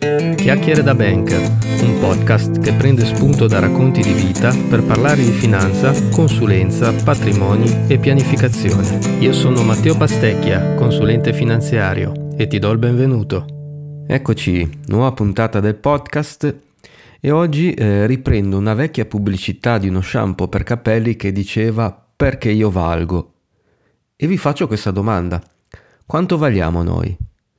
Chiacchiere da banker, un podcast che prende spunto da racconti di vita per parlare di finanza, consulenza, patrimoni e pianificazione. Io sono Matteo Pastecchia, consulente finanziario, e ti do il benvenuto. Eccoci, nuova puntata del podcast e oggi riprendo una vecchia pubblicità di uno shampoo per capelli che diceva "perché io valgo". E vi faccio questa domanda: quanto valiamo noi?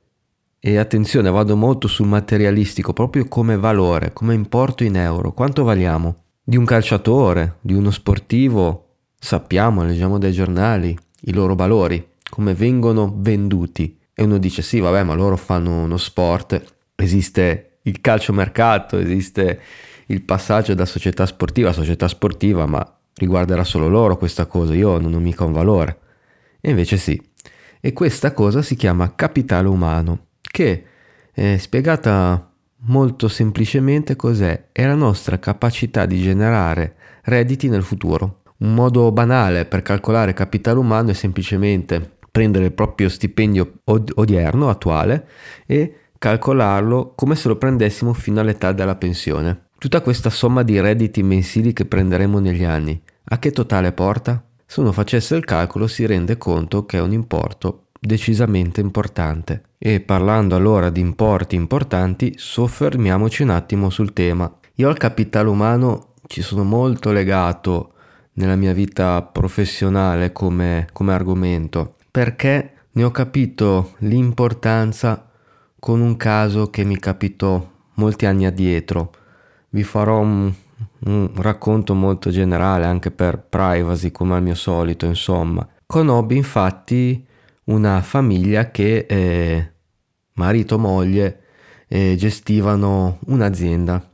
E attenzione, vado molto sul materialistico, proprio come valore, come importo in euro. Quanto valiamo? Di un calciatore, di uno sportivo, sappiamo, leggiamo dai giornali, i loro valori, come vengono venduti. E uno dice sì, vabbè, ma loro fanno uno sport, esiste il calciomercato, esiste il passaggio da società sportiva a società sportiva, ma riguarderà solo loro questa cosa, io non ho mica un valore. E invece sì. E questa cosa si chiama capitale umano, che spiegata molto semplicemente cos'è? È la nostra capacità di generare redditi nel futuro. Un modo banale per calcolare capitale umano è semplicemente prendere il proprio stipendio odierno, attuale, e calcolarlo come se lo prendessimo fino all'età della pensione. Tutta questa somma di redditi mensili che prenderemo negli anni, a che totale porta? Se uno facesse il calcolo si rende conto che è un importo decisamente importante. E parlando allora di importi importanti, soffermiamoci un attimo sul tema. Io al capitale umano ci sono molto legato nella mia vita professionale come argomento, perché ne ho capito l'importanza con un caso che mi capitò molti anni addietro. Vi farò un racconto molto generale, anche per privacy, come al mio solito, insomma. Conobbi infatti una famiglia che marito e moglie gestivano un'azienda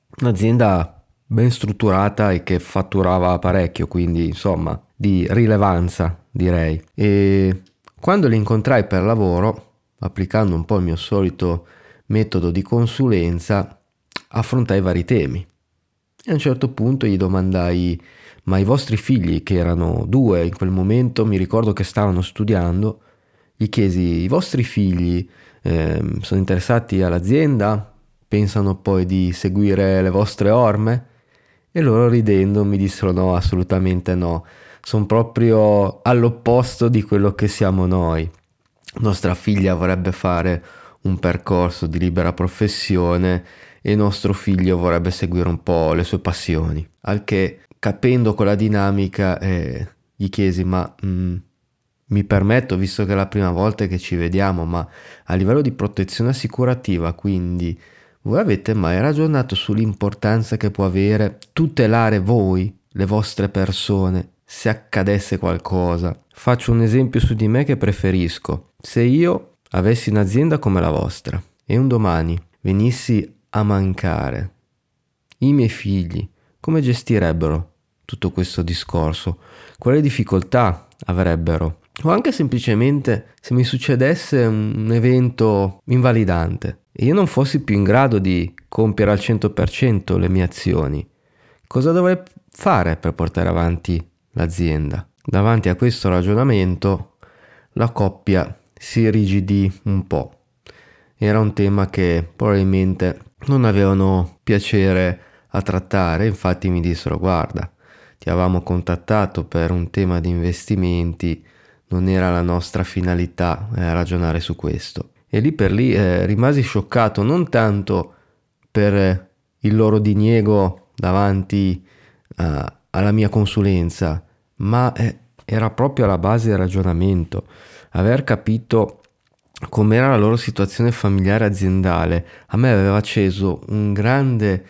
ben strutturata e che fatturava parecchio, quindi insomma di rilevanza, direi. E quando li incontrai per lavoro, applicando un po' il mio solito metodo di consulenza, affrontai vari temi. E a un certo punto gli domandai: ma i vostri figli, che erano 2 in quel momento, mi ricordo che stavano studiando, gli chiesi: i vostri figli sono interessati all'azienda? Pensano poi di seguire le vostre orme? E loro ridendo mi dissero: no, assolutamente no, sono proprio all'opposto di quello che siamo noi. Nostra figlia vorrebbe fare un percorso di libera professione e nostro figlio vorrebbe seguire un po' le sue passioni. Al che, capendo quella dinamica, gli chiesi: ma mi permetto, visto che è la prima volta che ci vediamo, ma a livello di protezione assicurativa, quindi voi avete mai ragionato sull'importanza che può avere tutelare voi, le vostre persone, se accadesse qualcosa? Faccio un esempio su di me che preferisco. Se io avessi un'azienda come la vostra e un domani venissi a mancare, i miei figli come gestirebbero tutto questo discorso? Quali difficoltà avrebbero? O anche semplicemente se mi succedesse un evento invalidante e io non fossi più in grado di compiere al 100% le mie azioni, cosa dovrei fare per portare avanti l'azienda? Davanti a questo ragionamento la coppia si irrigidì un po'. Era un tema che probabilmente non avevano piacere a trattare, infatti mi dissero: guarda, ti avevamo contattato per un tema di investimenti, non era la nostra finalità ragionare su questo. E lì per lì rimasi scioccato, non tanto per il loro diniego davanti alla mia consulenza, ma era proprio alla base del ragionamento. Aver capito com'era la loro situazione familiare aziendale a me aveva acceso un grande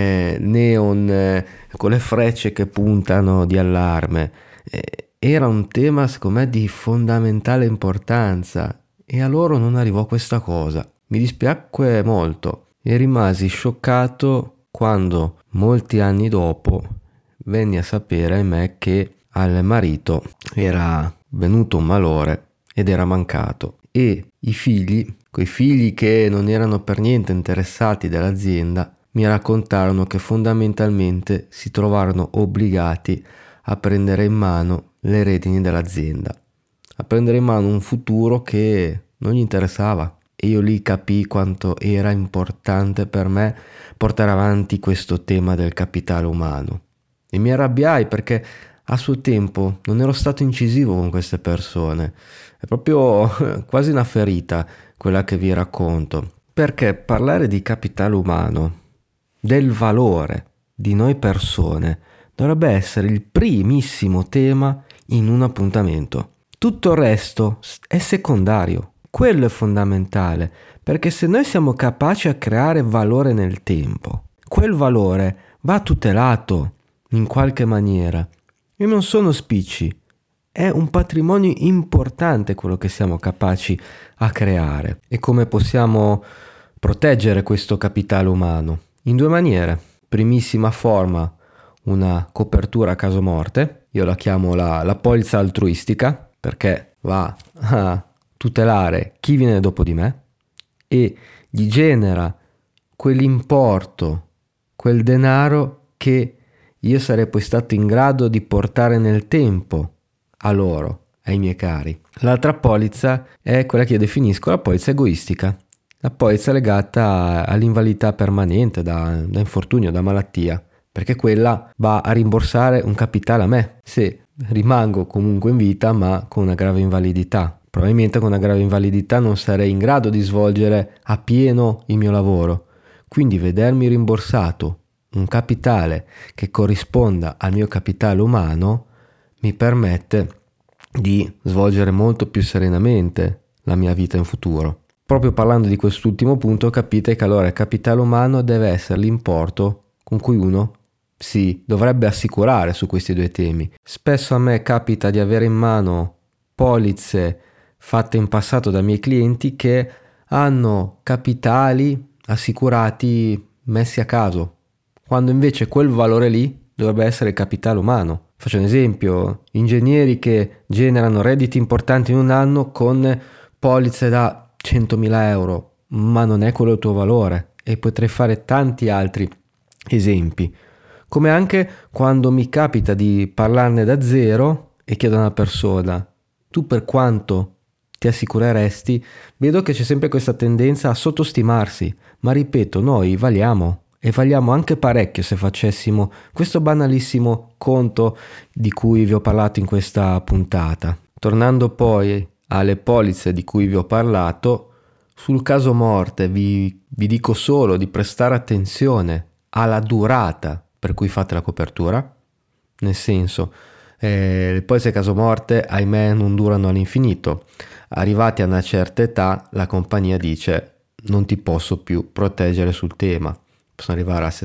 neon con le frecce che puntano di allarme. Era un tema secondo me di fondamentale importanza e a loro non arrivò questa cosa. Mi dispiacque molto e rimasi scioccato quando molti anni dopo venni a sapere, ahimè, che al marito era venuto un malore ed era mancato, e i figli, quei figli che non erano per niente interessati dell'azienda, mi raccontarono che fondamentalmente si trovarono obbligati a prendere in mano le redini dell'azienda, a prendere in mano un futuro che non gli interessava. e io lì capii quanto era importante per me portare avanti questo tema del capitale umano. E mi arrabbiai perché a suo tempo non ero stato incisivo con queste persone. È proprio quasi una ferita quella che vi racconto. Perché parlare di capitale umano, del valore di noi persone, dovrebbe essere il primissimo tema in un appuntamento. Tutto il resto è secondario. Quello è fondamentale, perché se noi siamo capaci a creare valore nel tempo, quel valore va tutelato in qualche maniera. E non sono spicci, è un patrimonio importante quello che siamo capaci a creare. E come possiamo proteggere questo capitale umano? In due maniere. Primissima forma, una copertura a caso morte. Io la chiamo la polizza altruistica, perché va a tutelare chi viene dopo di me e gli genera quell'importo, quel denaro che io sarei poi stato in grado di portare nel tempo a loro, ai miei cari. L'altra polizza è quella che io definisco la polizza egoistica, la polizza legata all'invalidità permanente da infortunio, da malattia, perché quella va a rimborsare un capitale a me se rimango comunque in vita ma con una grave invalidità. Probabilmente con una grave invalidità non sarei in grado di svolgere a pieno il mio lavoro, quindi vedermi rimborsato un capitale che corrisponda al mio capitale umano mi permette di svolgere molto più serenamente la mia vita in futuro. Proprio parlando di quest'ultimo punto capite che allora il capitale umano deve essere l'importo con cui uno si dovrebbe assicurare su questi due temi. Spesso a me capita di avere in mano polizze fatte in passato da miei clienti che hanno capitali assicurati messi a caso, quando invece quel valore lì dovrebbe essere il capitale umano. Faccio un esempio, ingegneri che generano redditi importanti in un anno con polizze da 100.000 euro, ma non è quello il tuo valore, e potrei fare tanti altri esempi. Come anche quando mi capita di parlarne da zero e chiedo a una persona, tu per quanto ti assicureresti? Vedo che c'è sempre questa tendenza a sottostimarsi, ma ripeto, noi valiamo. E valiamo anche parecchio se facessimo questo banalissimo conto di cui vi ho parlato in questa puntata. Tornando poi alle polizze di cui vi ho parlato, sul caso morte vi dico solo di prestare attenzione alla durata per cui fate la copertura, nel senso, le polizze caso morte ahimè non durano all'infinito. Arrivati a una certa età la compagnia dice non ti posso più proteggere sul tema. Possono arrivare a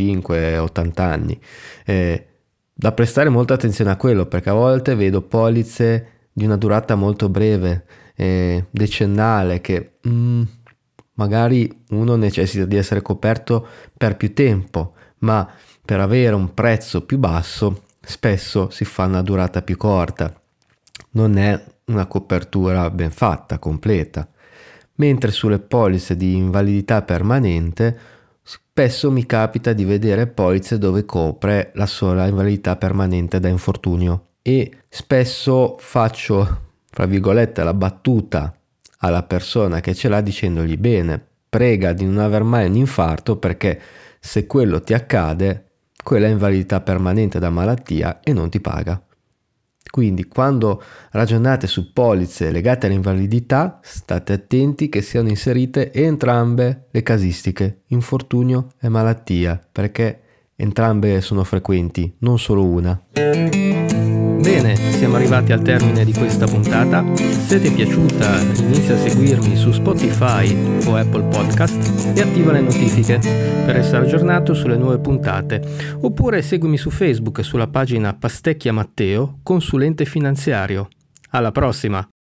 75-80 anni. Da prestare molta attenzione a quello, perché a volte vedo polizze di una durata molto breve, decennale, che magari uno necessita di essere coperto per più tempo, ma per avere un prezzo più basso spesso si fa una durata più corta. Non è una copertura ben fatta, completa. Mentre sulle polizze di invalidità permanente spesso mi capita di vedere polizze dove copre la sola invalidità permanente da infortunio e spesso faccio, fra virgolette, la battuta alla persona che ce l'ha dicendogli bene, prega di non aver mai un infarto perché se quello ti accade, quella è invalidità permanente da malattia e non ti paga. Quindi quando ragionate su polizze legate all'invalidità, state attenti che siano inserite entrambe le casistiche, infortunio e malattia, perché entrambe sono frequenti, non solo una. Bene, siamo arrivati al termine di questa puntata. Se ti è piaciuta, inizia a seguirmi su Spotify o Apple Podcast e attiva le notifiche per essere aggiornato sulle nuove puntate. Oppure seguimi su Facebook sulla pagina Pastecchia Matteo, consulente finanziario. Alla prossima!